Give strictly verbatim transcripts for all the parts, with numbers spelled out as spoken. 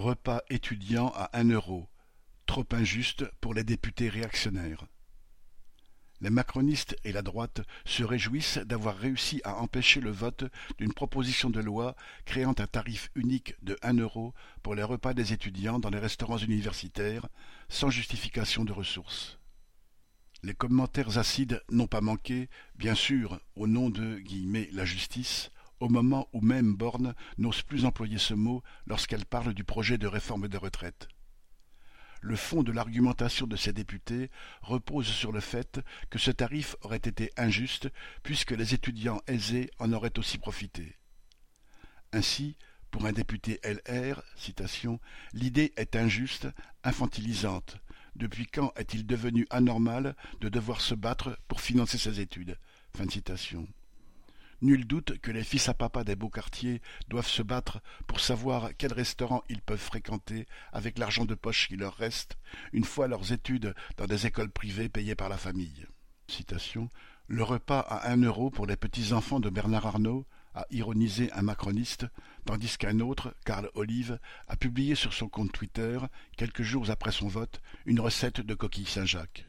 Repas étudiant à un euro, trop injuste pour les députés réactionnaires. Les macronistes et la droite se réjouissent d'avoir réussi à empêcher le vote d'une proposition de loi créant un tarif unique de un euro pour les repas des étudiants dans les restaurants universitaires, sans justification de ressources. Les commentaires acides n'ont pas manqué, bien sûr, au nom de « la justice », au moment où même Borne n'ose plus employer ce mot lorsqu'elle parle du projet de réforme des retraites. Le fond de l'argumentation de ces députés repose sur le fait que ce tarif aurait été injuste puisque les étudiants aisés en auraient aussi profité. Ainsi, pour un député L R, citation, « l'idée est injuste, infantilisante. Depuis quand est-il devenu anormal de devoir se battre pour financer ses études ?» Fin de citation. Nul doute que les fils à papa des beaux quartiers doivent se battre pour savoir quel restaurant ils peuvent fréquenter avec l'argent de poche qui leur reste, une fois leurs études dans des écoles privées payées par la famille. Citation, « Le repas à un euro pour les petits-enfants de Bernard Arnault » a ironisé un macroniste, tandis qu'un autre, Karl Olive, a publié sur son compte Twitter, quelques jours après son vote, une recette de coquille Saint-Jacques.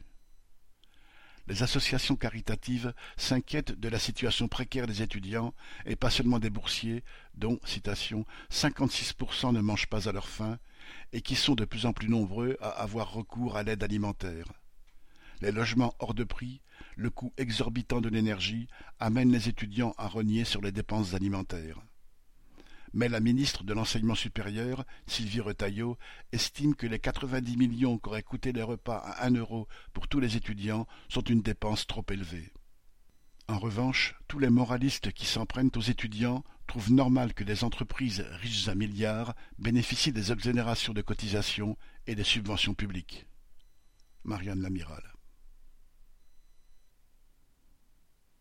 Les associations caritatives s'inquiètent de la situation précaire des étudiants et pas seulement des boursiers, dont, citation, cinquante-six pour cent ne mangent pas à leur faim et qui sont de plus en plus nombreux à avoir recours à l'aide alimentaire. Les logements hors de prix, le coût exorbitant de l'énergie amènent les étudiants à rogner sur les dépenses alimentaires. Mais la ministre de l'Enseignement supérieur, Sylvie Retailleau, estime que les quatre-vingt-dix millions qu'auraient coûté les repas à un euro pour tous les étudiants sont une dépense trop élevée. En revanche, tous les moralistes qui s'en prennent aux étudiants trouvent normal que des entreprises riches à milliards bénéficient des exonérations de cotisations et des subventions publiques. Marianne Lamiral.